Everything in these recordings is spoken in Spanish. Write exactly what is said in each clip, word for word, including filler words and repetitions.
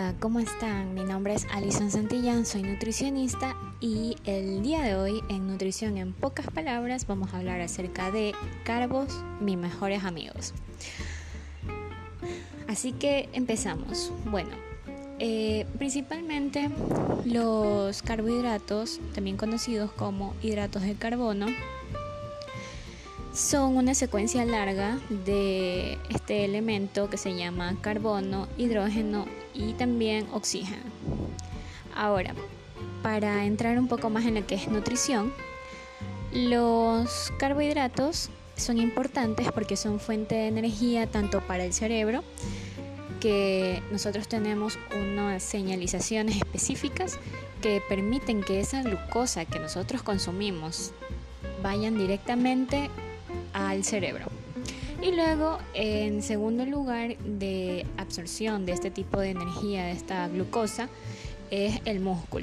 Hola, ¿cómo están? Mi nombre es Alison Santillán, soy nutricionista y el día de hoy en Nutrición en pocas palabras vamos a hablar acerca de carbos, mis mejores amigos. Así que empezamos. Bueno, eh, principalmente los carbohidratos, también conocidos como hidratos de carbono, son una secuencia larga de este elemento que se llama carbono, hidrógeno y también oxígeno. Ahora, para entrar un poco más en lo que es nutrición, los carbohidratos son importantes porque son fuente de energía tanto para el cerebro, que nosotros tenemos unas señalizaciones específicas que permiten que esa glucosa que nosotros consumimos vayan directamente al cerebro. Y luego, en segundo lugar de absorción de este tipo de energía, de esta glucosa, es el músculo.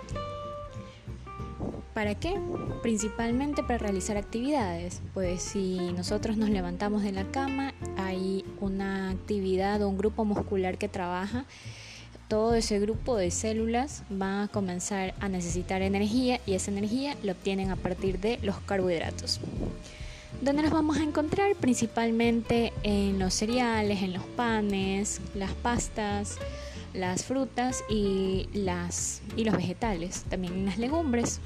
¿Para qué? Principalmente para realizar actividades. Pues si nosotros nos levantamos de la cama, hay una actividad o un grupo muscular que trabaja. Todo ese grupo de células va a comenzar a necesitar energía y esa energía la obtienen a partir de los carbohidratos. ¿Dónde los vamos a encontrar? Principalmente en los cereales, en los panes, las pastas, las frutas y, las, y los vegetales, también en las legumbres.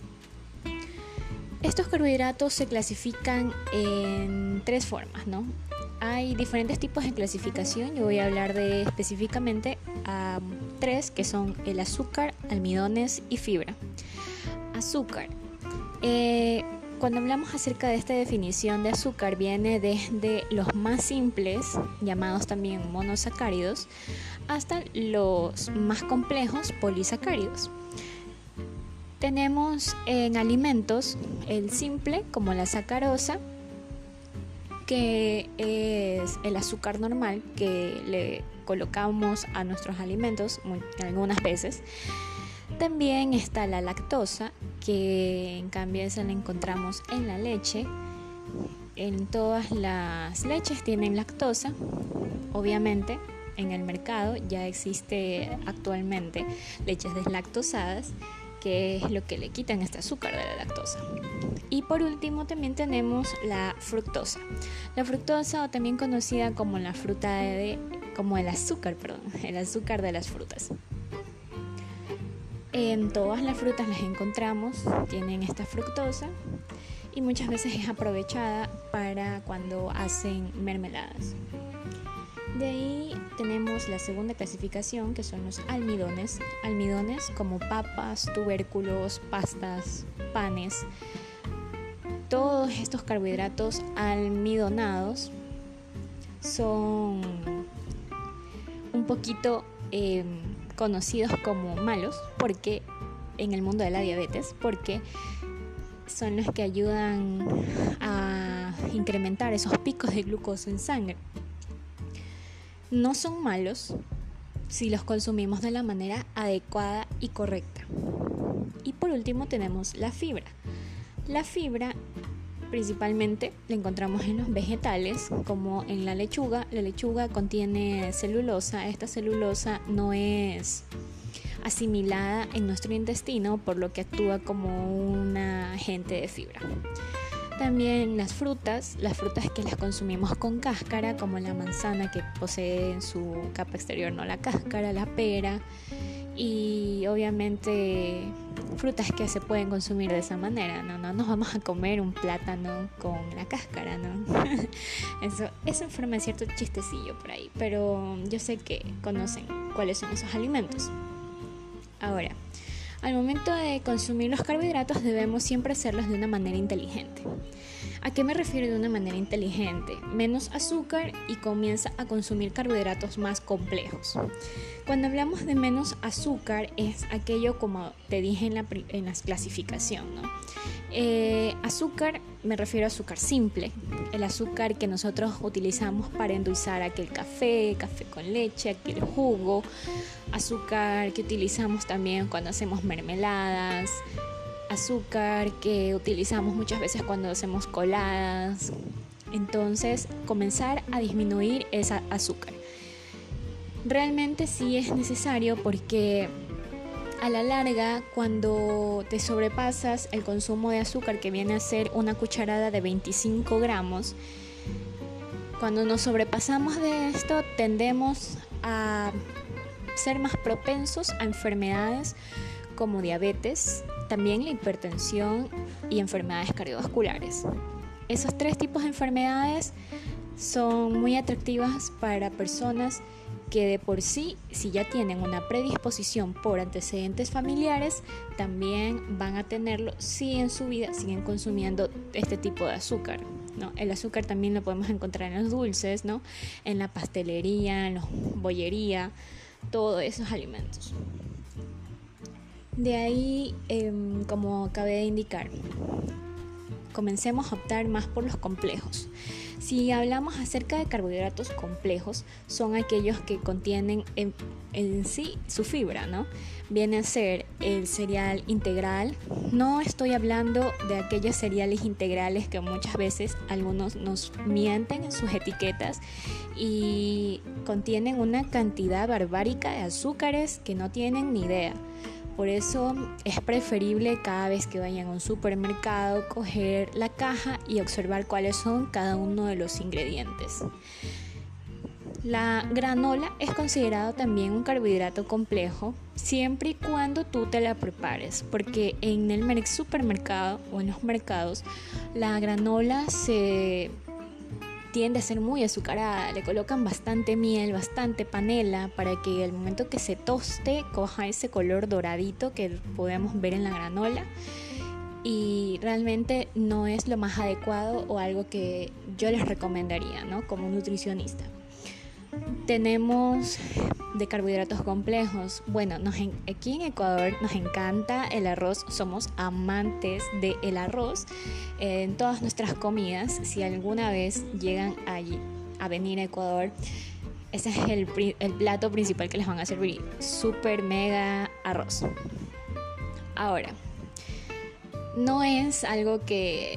Estos carbohidratos se clasifican en tres formas, ¿no? Hay diferentes tipos de clasificación. Yo voy a hablar de específicamente a um, tres, que son el azúcar, almidones y fibra. Azúcar. Eh, Cuando hablamos acerca de esta definición de azúcar, viene desde los más simples, llamados también monosacáridos, hasta los más complejos, polisacáridos. Tenemos en alimentos el simple, como la sacarosa, que es el azúcar normal que le colocamos a nuestros alimentos algunas veces. También está la lactosa, que en cambio esa la encontramos en la leche. En todas las leches tienen lactosa. Obviamente en el mercado ya existe actualmente leches deslactosadas, que es lo que le quitan este azúcar de la lactosa. Y por último también tenemos la fructosa. La fructosa, o también conocida como la fruta de, como el azúcar, perdón, el azúcar de las frutas. En todas las frutas las encontramos, tienen esta fructosa y muchas veces es aprovechada para cuando hacen mermeladas. De ahí tenemos la segunda clasificación, que son los almidones. Almidones como papas, tubérculos, pastas, panes. Todos estos carbohidratos almidonados son un poquito Eh, conocidos como malos porque en el mundo de la diabetes, porque son los que ayudan a incrementar esos picos de glucosa en sangre. No son malos si los consumimos de la manera adecuada y correcta. Y por último tenemos la fibra. La fibra principalmente la encontramos en los vegetales, como en la lechuga. La lechuga contiene celulosa. Esta celulosa no es asimilada en nuestro intestino, por lo que actúa como un agente de fibra. También las frutas, las frutas que las consumimos con cáscara, como la manzana, que posee en su capa exterior no la cáscara, la pera, y obviamente frutas que se pueden consumir de esa manera. No, no nos vamos a comer un plátano con la cáscara, ¿no? Eso, eso forma cierto chistecillo por ahí, pero yo sé que conocen cuáles son esos alimentos. Ahora, al momento de consumir los carbohidratos debemos siempre hacerlos de una manera inteligente. ¿A qué me refiero de una manera inteligente? Menos azúcar y comienza a consumir carbohidratos más complejos. Cuando hablamos de menos azúcar es aquello, como te dije en la, en la clasificación, ¿no? Eh, azúcar, me refiero a azúcar simple, el azúcar que nosotros utilizamos para endulzar aquel café, café con leche, aquel jugo, azúcar que utilizamos también cuando hacemos mermeladas, azúcar que utilizamos muchas veces cuando hacemos coladas. Entonces, comenzar a disminuir ese azúcar. Realmente sí es necesario porque a la larga, cuando te sobrepasas el consumo de azúcar, que viene a ser una cucharada de veinticinco gramos, cuando nos sobrepasamos de esto tendemos a ser más propensos a enfermedades como diabetes, también la hipertensión y enfermedades cardiovasculares. Esos tres tipos de enfermedades son muy atractivas para personas que de por sí, si ya tienen una predisposición por antecedentes familiares, también van a tenerlo si en su vida siguen consumiendo este tipo de azúcar, ¿no? El azúcar también lo podemos encontrar en los dulces, ¿no? En la pastelería, en la bollería, todos esos alimentos. De ahí, eh, como acabé de indicar, comencemos a optar más por los complejos. Si hablamos acerca de carbohidratos complejos, son aquellos que contienen en, en sí su fibra, ¿no? Viene a ser el cereal integral. No estoy hablando de aquellos cereales integrales que muchas veces algunos nos mienten en sus etiquetas y contienen una cantidad barbárica de azúcares que no tienen ni idea. Por eso es preferible cada vez que vayan a un supermercado coger la caja y observar cuáles son cada uno de los ingredientes. La granola es considerado también un carbohidrato complejo siempre y cuando tú te la prepares, porque en el supermercado o en los mercados la granola se tiende a ser muy azucarada, le colocan bastante miel, bastante panela para que al momento que se toste coja ese color doradito que podemos ver en la granola, y realmente no es lo más adecuado o algo que yo les recomendaría, ¿no? Como nutricionista. Tenemos de carbohidratos complejos. Bueno, nos en, aquí en Ecuador nos encanta el arroz, somos amantes del arroz eh, en todas nuestras comidas. Si alguna vez llegan allí a venir a Ecuador, ese es el, el plato principal que les van a servir, super mega arroz. Ahora, no es algo que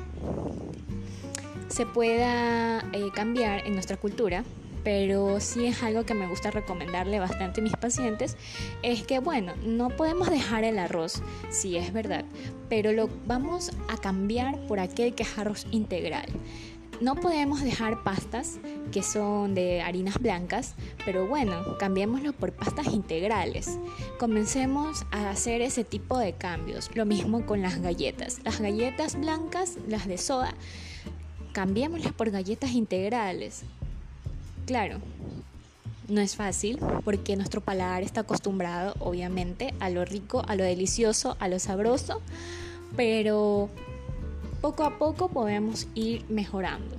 se pueda eh, cambiar en nuestra cultura, pero sí es algo que me gusta recomendarle bastante a mis pacientes, es que bueno, no podemos dejar el arroz, sí es verdad, pero lo vamos a cambiar por aquel que es arroz integral. No podemos dejar pastas que son de harinas blancas, pero bueno, cambiémoslo por pastas integrales. Comencemos a hacer ese tipo de cambios. Lo mismo con las galletas. Las galletas blancas, las de soda, cambiémoslas por galletas integrales. Claro, no es fácil porque nuestro paladar está acostumbrado, obviamente, a lo rico, a lo delicioso, a lo sabroso, pero poco a poco podemos ir mejorando.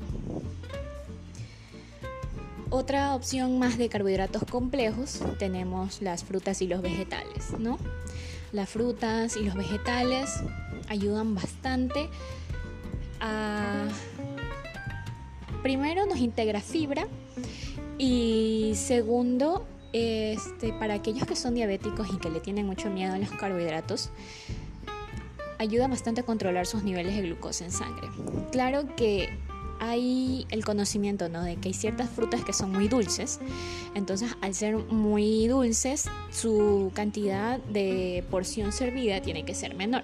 Otra opción más de carbohidratos complejos tenemos las frutas y los vegetales, ¿no? Las frutas y los vegetales ayudan bastante a... Primero, nos integra fibra. Y segundo, este, para aquellos que son diabéticos y que le tienen mucho miedo a los carbohidratos, ayuda bastante a controlar sus niveles de glucosa en sangre. Claro que hay el conocimiento, ¿no?, de que hay ciertas frutas que son muy dulces, entonces al ser muy dulces, su cantidad de porción servida tiene que ser menor.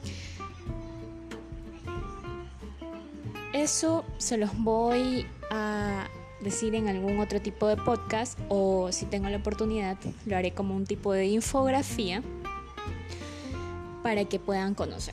Eso se los voy a decir en algún otro tipo de podcast, o si tengo la oportunidad lo haré como un tipo de infografía para que puedan conocer.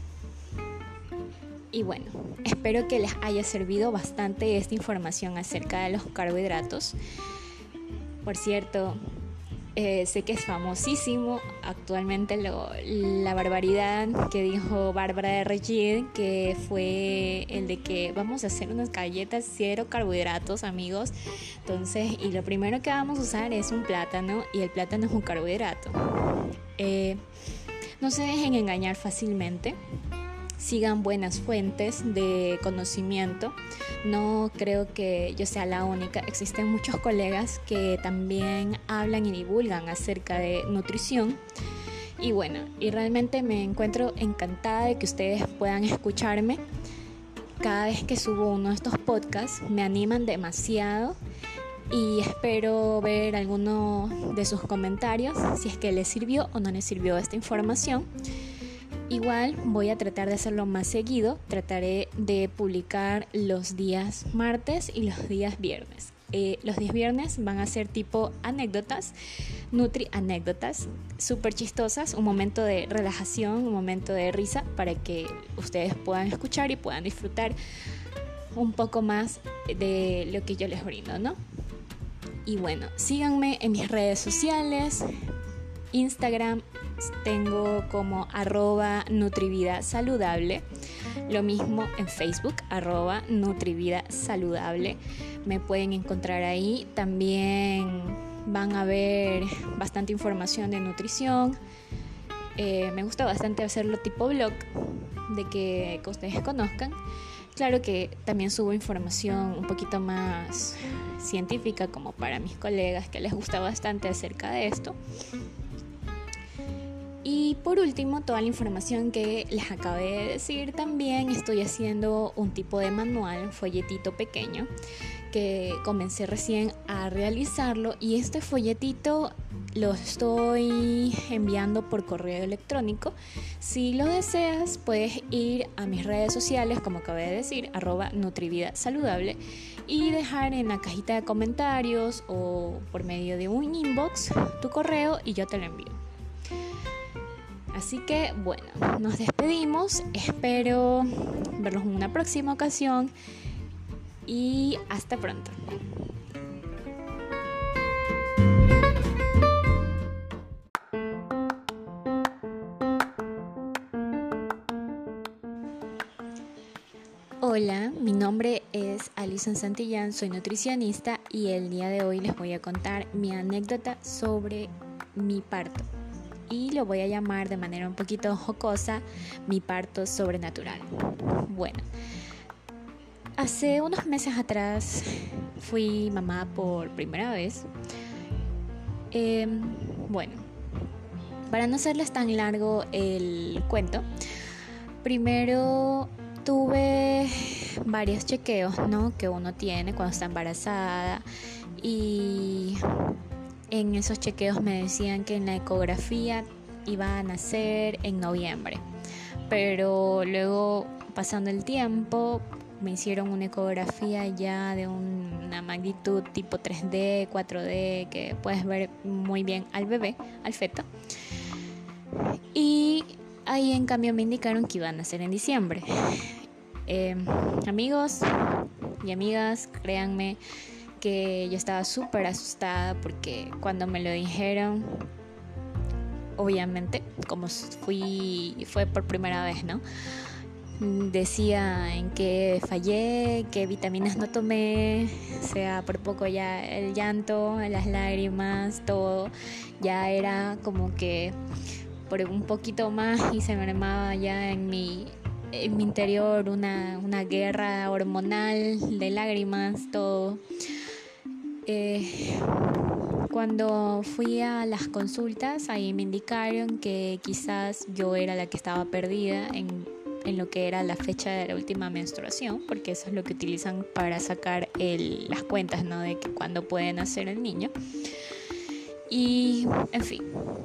Y bueno, espero que les haya servido bastante esta información acerca de los carbohidratos. Por cierto, eh, sé que es famosísimo actualmente lo, la barbaridad que dijo Bárbara de Regil, que fue el de que vamos a hacer unas galletas cero carbohidratos, amigos. Entonces, y lo primero que vamos a usar es un plátano, y el plátano es un carbohidrato. Eh, no se dejen engañar fácilmente. Sigan buenas fuentes de conocimiento. No creo que yo sea la única. Existen muchos colegas que también hablan y divulgan acerca de nutrición. Y bueno, y realmente me encuentro encantada de que ustedes puedan escucharme. Cada vez que subo uno de estos podcasts me animan demasiado y espero ver alguno de sus comentarios si es que les sirvió o no les sirvió esta información. Igual voy a tratar de hacerlo más seguido, trataré de publicar los días martes y los días viernes. Eh, los días viernes van a ser tipo anécdotas, nutri anécdotas, súper chistosas, un momento de relajación, un momento de risa para que ustedes puedan escuchar y puedan disfrutar un poco más de lo que yo les brindo, ¿no? Y bueno, síganme en mis redes sociales, Instagram tengo como arroba nutrivida saludable, lo mismo en Facebook, arroba nutrivida saludable, me pueden encontrar ahí. También van a ver bastante información de nutrición. Eh, me gusta bastante hacerlo tipo blog, de que, que ustedes conozcan. Claro que también subo información un poquito más científica, como para mis colegas que les gusta bastante acerca de esto. Y por último, toda la información que les acabé de decir, también estoy haciendo un tipo de manual, un folletito pequeño, que comencé recién a realizarlo, y este folletito lo estoy enviando por correo electrónico. Si lo deseas, puedes ir a mis redes sociales, como acabé de decir, arroba nutrivida saludable, y dejar en la cajita de comentarios o por medio de un inbox tu correo y yo te lo envío. Así que bueno, nos despedimos, espero verlos en una próxima ocasión y hasta pronto. Hola, mi nombre es Alison Santillán, soy nutricionista y el día de hoy les voy a contar mi anécdota sobre mi parto. Y lo voy a llamar de manera un poquito jocosa, mi parto sobrenatural. Bueno, hace unos meses atrás fui mamá por primera vez. Eh, bueno, para no hacerles tan largo el cuento, primero tuve varios chequeos, ¿no?, que uno tiene cuando está embarazada, y en esos chequeos me decían que en la ecografía iba a nacer en noviembre, pero luego, pasando el tiempo, me hicieron una ecografía ya de una magnitud tipo tres D, cuatro D, que puedes ver muy bien al bebé, al feto, y ahí en cambio me indicaron que iba a nacer en diciembre. Eh, amigos y amigas, créanme que yo estaba súper asustada, porque cuando me lo dijeron, obviamente, como fui fue por primera vez, ¿no?, decía en qué fallé, qué vitaminas no tomé, o sea, por poco ya el llanto, las lágrimas, todo ya era como que por un poquito más y se me armaba ya en mi en mi interior una, una guerra hormonal de lágrimas, todo. Eh, cuando fui a las consultas, ahí me indicaron que quizás yo era la que estaba perdida en, en lo que era la fecha de la última menstruación, porque eso es lo que utilizan para sacar el, las cuentas, ¿no?, de que cuándo puede nacer el niño. Y, en fin,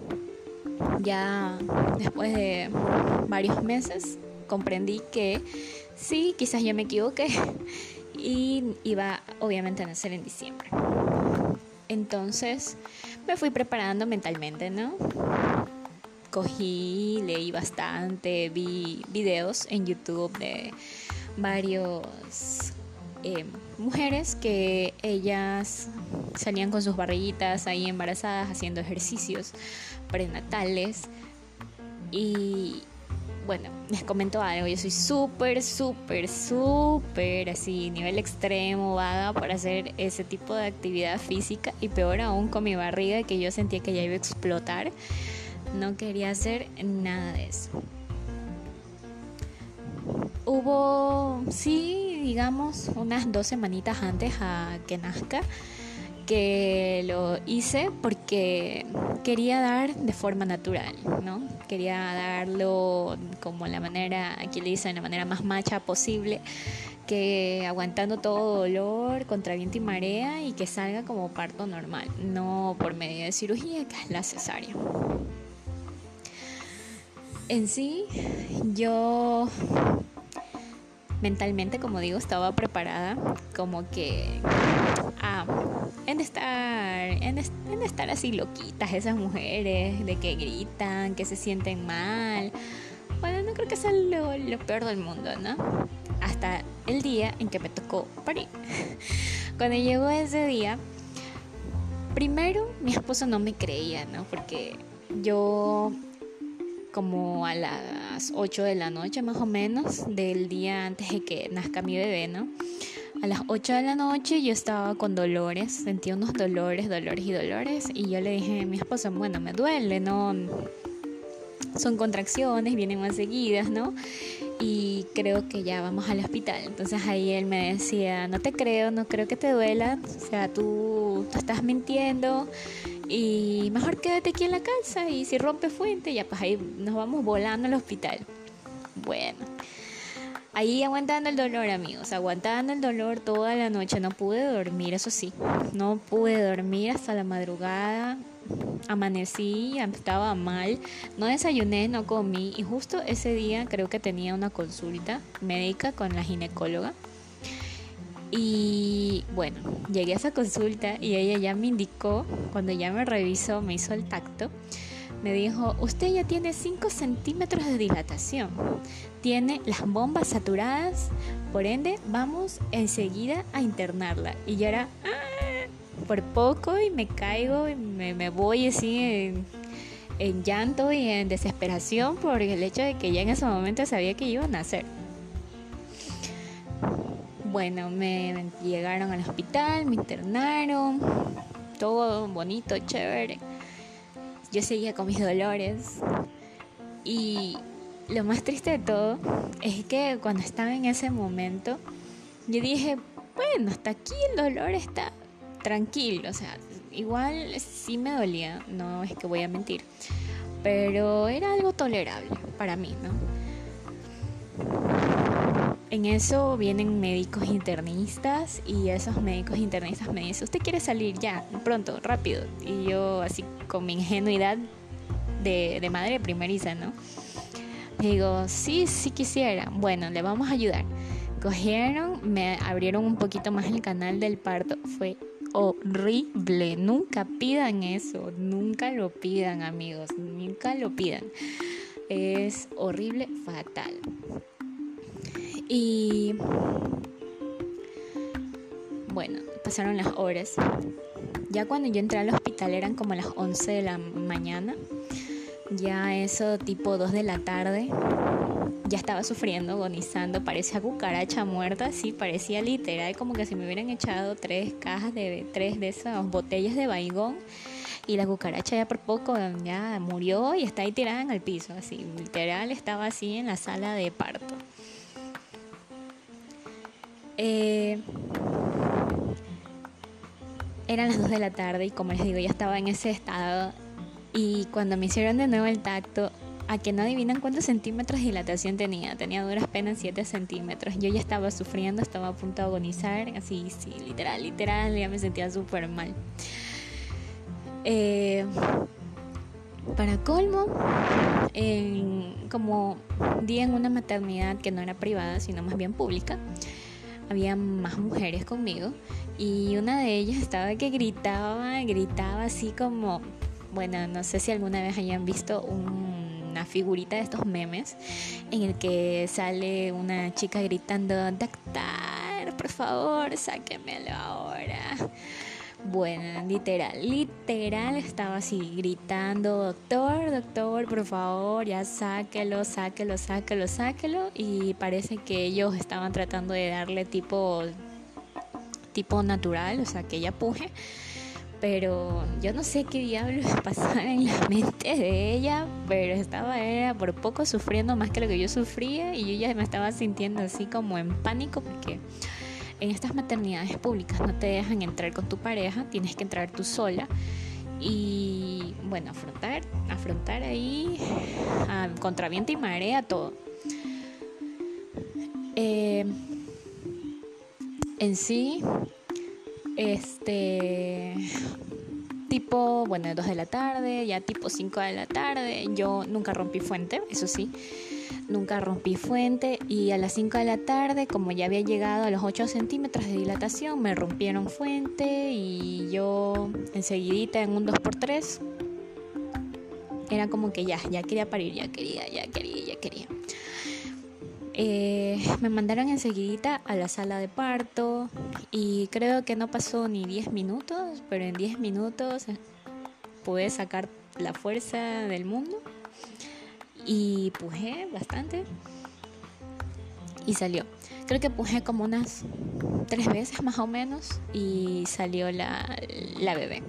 ya después de varios meses comprendí que sí, quizás yo me equivoqué y iba obviamente a nacer en diciembre. Entonces me fui preparando mentalmente, ¿no? Cogí, leí bastante, vi videos en YouTube de varios eh, mujeres que ellas salían con sus barriguitas ahí embarazadas haciendo ejercicios prenatales. Y bueno, les comento algo, yo soy súper, súper, súper así, nivel extremo, vaga para hacer ese tipo de actividad física, y peor aún con mi barriga, que yo sentía que ya iba a explotar. No quería hacer nada de eso. Hubo, sí, digamos, unas dos semanitas antes a que nazca, que lo hice porque quería dar de forma natural, ¿no? Quería darlo como la manera, aquí le dicen, la manera más macha posible, que aguantando todo dolor contra viento y marea y que salga como parto normal, no por medio de cirugía, que es la cesárea. En sí, yo mentalmente, como digo, estaba preparada como que ah, en de estar en, de, en de estar así loquitas esas mujeres, de que gritan, que se sienten mal. Bueno, no creo que sea lo, lo peor del mundo, ¿no? Hasta el día en que me tocó parir. Cuando llegó ese día, primero mi esposo no me creía, ¿no? Porque yo, como a las ocho de la noche más o menos del día antes de que nazca mi bebé, ¿no? A las ocho de la noche yo estaba con dolores, sentía unos dolores, dolores y dolores, y yo le dije a mi esposo, bueno, me duele, ¿no? Son contracciones, vienen más seguidas, ¿no? Y creo que ya vamos al hospital. Entonces ahí él me decía, no te creo, no creo que te duela, o sea, tú, tú estás mintiendo y mejor quédate aquí en la casa y si rompe fuente, ya pues ahí nos vamos volando al hospital. Bueno, ahí aguantando el dolor, amigos, aguantando el dolor toda la noche, no pude dormir, eso sí, no pude dormir hasta la madrugada. Amanecí, estaba mal, no desayuné, no comí y justo ese día creo que tenía una consulta médica con la ginecóloga y bueno, llegué a esa consulta y ella ya me indicó, cuando ya me revisó, me hizo el tacto, me dijo, usted ya tiene cinco centímetros de dilatación, tiene las bombas saturadas, por ende vamos enseguida a internarla. Y yo era por poco y me caigo y me, me voy así en, en llanto y en desesperación por el hecho de que ya en ese momento sabía que iba a nacer. Bueno, me llegaron al hospital, me internaron, todo bonito, chévere. Yo seguía con mis dolores y lo más triste de todo es que cuando estaba en ese momento yo dije, bueno, hasta aquí el dolor está tranquilo, o sea, igual sí me dolía, no es que voy a mentir, pero era algo tolerable para mí, ¿no? En eso vienen médicos internistas y esos médicos internistas me dicen, usted quiere salir ya, pronto, rápido, y yo así con mi ingenuidad de, de madre primeriza, ¿no? Digo, sí, sí quisiera, bueno, le vamos a ayudar. Cogieron, me abrieron un poquito más el canal del parto, fue horrible, nunca pidan eso, nunca lo pidan, amigos, nunca lo pidan, es horrible, fatal. Y bueno, pasaron las horas, ya cuando yo entré al hospital eran como las once de la mañana, ya eso tipo dos de la tarde, ya estaba sufriendo, agonizando, parecía cucaracha muerta, sí, parecía literal como que si me hubieran echado tres cajas de tres de esas botellas de Baygon y la cucaracha ya por poco ya murió y está ahí tirada en el piso, así, literal estaba así en la sala de parto. Eh, eran las dos de la tarde y como les digo, ya estaba en ese estado y cuando me hicieron de nuevo el tacto, a que no adivinan cuántos centímetros de dilatación tenía. Tenía duras penas siete centímetros. Yo ya estaba sufriendo, estaba a punto de agonizar. Así, sí, literal, literal, ya me sentía súper mal. Eh, para colmo, en, como di en una maternidad que no era privada, sino más bien pública, había más mujeres conmigo. Y una de ellas estaba que gritaba, gritaba así como... Bueno, no sé si alguna vez hayan visto un... una figurita de estos memes en el que sale una chica gritando, doctor, por favor, sáquemelo ahora. Bueno, literal, literal estaba así gritando, doctor, doctor, por favor, ya sáquelo, sáquelo, sáquelo, sáquelo. Y parece que ellos estaban tratando de darle tipo, tipo natural, o sea, que ella puje. Pero yo no sé qué diablos pasaba en la mente de ella, pero estaba era por poco sufriendo más que lo que yo sufría y yo ya me estaba sintiendo así como en pánico porque en estas maternidades públicas no te dejan entrar con tu pareja, tienes que entrar tú sola y bueno, afrontar, afrontar ahí a contra viento y marea todo. Eh, en sí, este tipo, bueno, dos de la tarde, ya tipo cinco de la tarde, yo nunca rompí fuente, eso sí, nunca rompí fuente y a las cinco de la tarde, como ya había llegado a los ocho centímetros de dilatación, me rompieron fuente y yo enseguidita en un dos por tres era como que ya, ya quería parir, ya quería, ya quería, ya quería. Eh, me mandaron enseguidita a la sala de parto y creo que no pasó ni diez minutos, pero en diez minutos pude sacar la fuerza del mundo y pujé bastante y salió. Creo que pujé como unas tres veces más o menos y salió la, la bebé.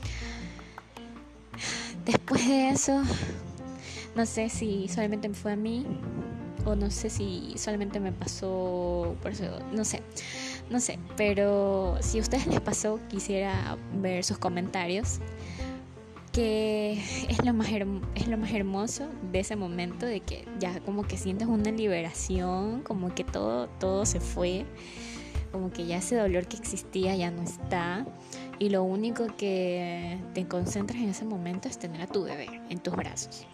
Después de eso, no sé si solamente me fue a mí o no sé si solamente me pasó por eso, no sé, no sé, pero si a ustedes les pasó, quisiera ver sus comentarios, que es lo más herm- es lo más hermoso de ese momento, de que ya como que sientes una liberación, como que todo, todo se fue, como que ya ese dolor que existía ya no está, y lo único que te concentras en ese momento es tener a tu bebé en tus brazos.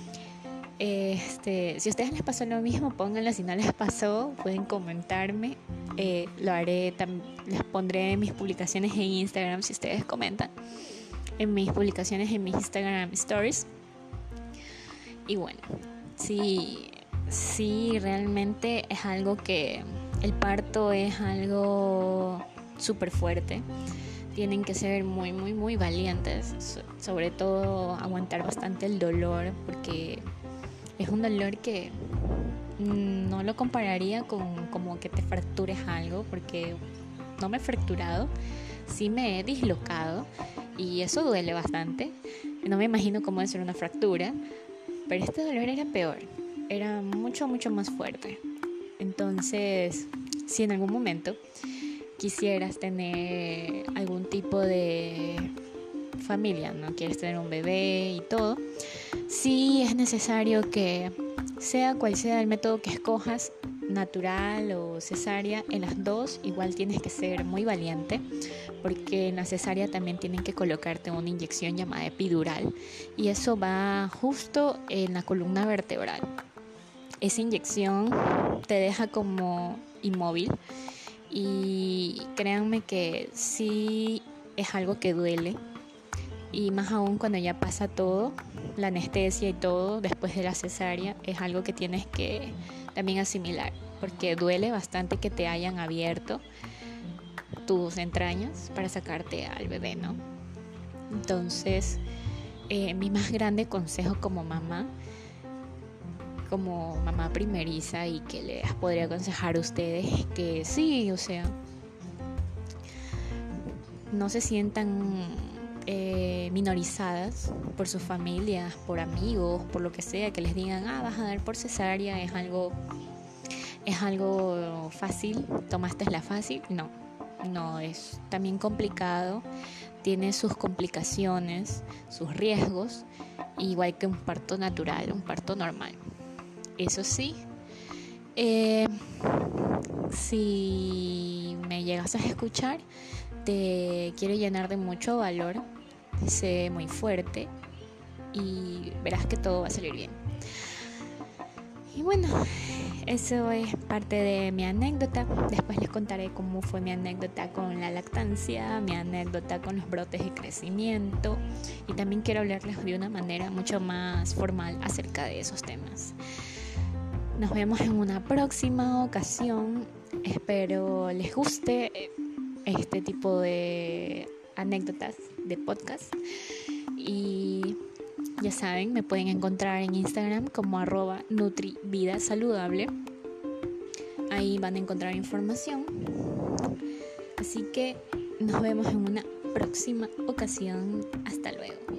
Este, si a ustedes les pasó lo mismo, pónganlo. Si no les pasó, pueden comentarme. Eh, lo haré, tam- les pondré en mis publicaciones en Instagram si ustedes comentan. En mis publicaciones en mis Instagram Stories. Y bueno, sí, sí, realmente es algo que el parto es algo súper fuerte. Tienen que ser muy, muy, muy valientes. So- sobre todo aguantar bastante el dolor, porque es un dolor que no lo compararía con como que te fractures algo, porque no me he fracturado, sí me he dislocado y eso duele bastante. No me imagino cómo es ser una fractura, pero este dolor era peor, era mucho, mucho más fuerte. Entonces, si en algún momento quisieras tener algún tipo de familia, no quieres tener un bebé y todo, sí es necesario que sea cual sea el método que escojas, natural o cesárea, en las dos igual tienes que ser muy valiente, porque en la cesárea también tienen que colocarte una inyección llamada epidural y eso va justo en la columna vertebral. Esa inyección te deja como inmóvil y créanme que sí es algo que duele. Y más aún cuando ya pasa todo, la anestesia y todo, después de la cesárea, es algo que tienes que también asimilar, porque duele bastante que te hayan abierto tus entrañas para sacarte al bebé, ¿no? Entonces, eh, mi más grande consejo como mamá, como mamá primeriza, y que les podría aconsejar a ustedes, es que sí, o sea, no se sientan Eh, minorizadas por sus familias, por amigos, por lo que sea, que les digan, ah, vas a dar por cesárea, es algo, es algo fácil, tomaste la fácil. No, no, es también complicado, tiene sus complicaciones, sus riesgos, igual que un parto natural, un parto normal. Eso sí, eh, si me llegas a escuchar, te quiero llenar de mucho valor, sé muy fuerte y verás que todo va a salir bien. Y bueno, eso es parte de mi anécdota. Después les contaré cómo fue mi anécdota con la lactancia, mi anécdota con los brotes de crecimiento, y también quiero hablarles de una manera mucho más formal acerca de esos temas. Nos vemos en una próxima ocasión. Espero les guste este tipo de anécdotas de podcast, y ya saben, me pueden encontrar en Instagram como arroba nutrividasaludable. Ahí van a encontrar información, así que nos vemos en una próxima ocasión. Hasta luego.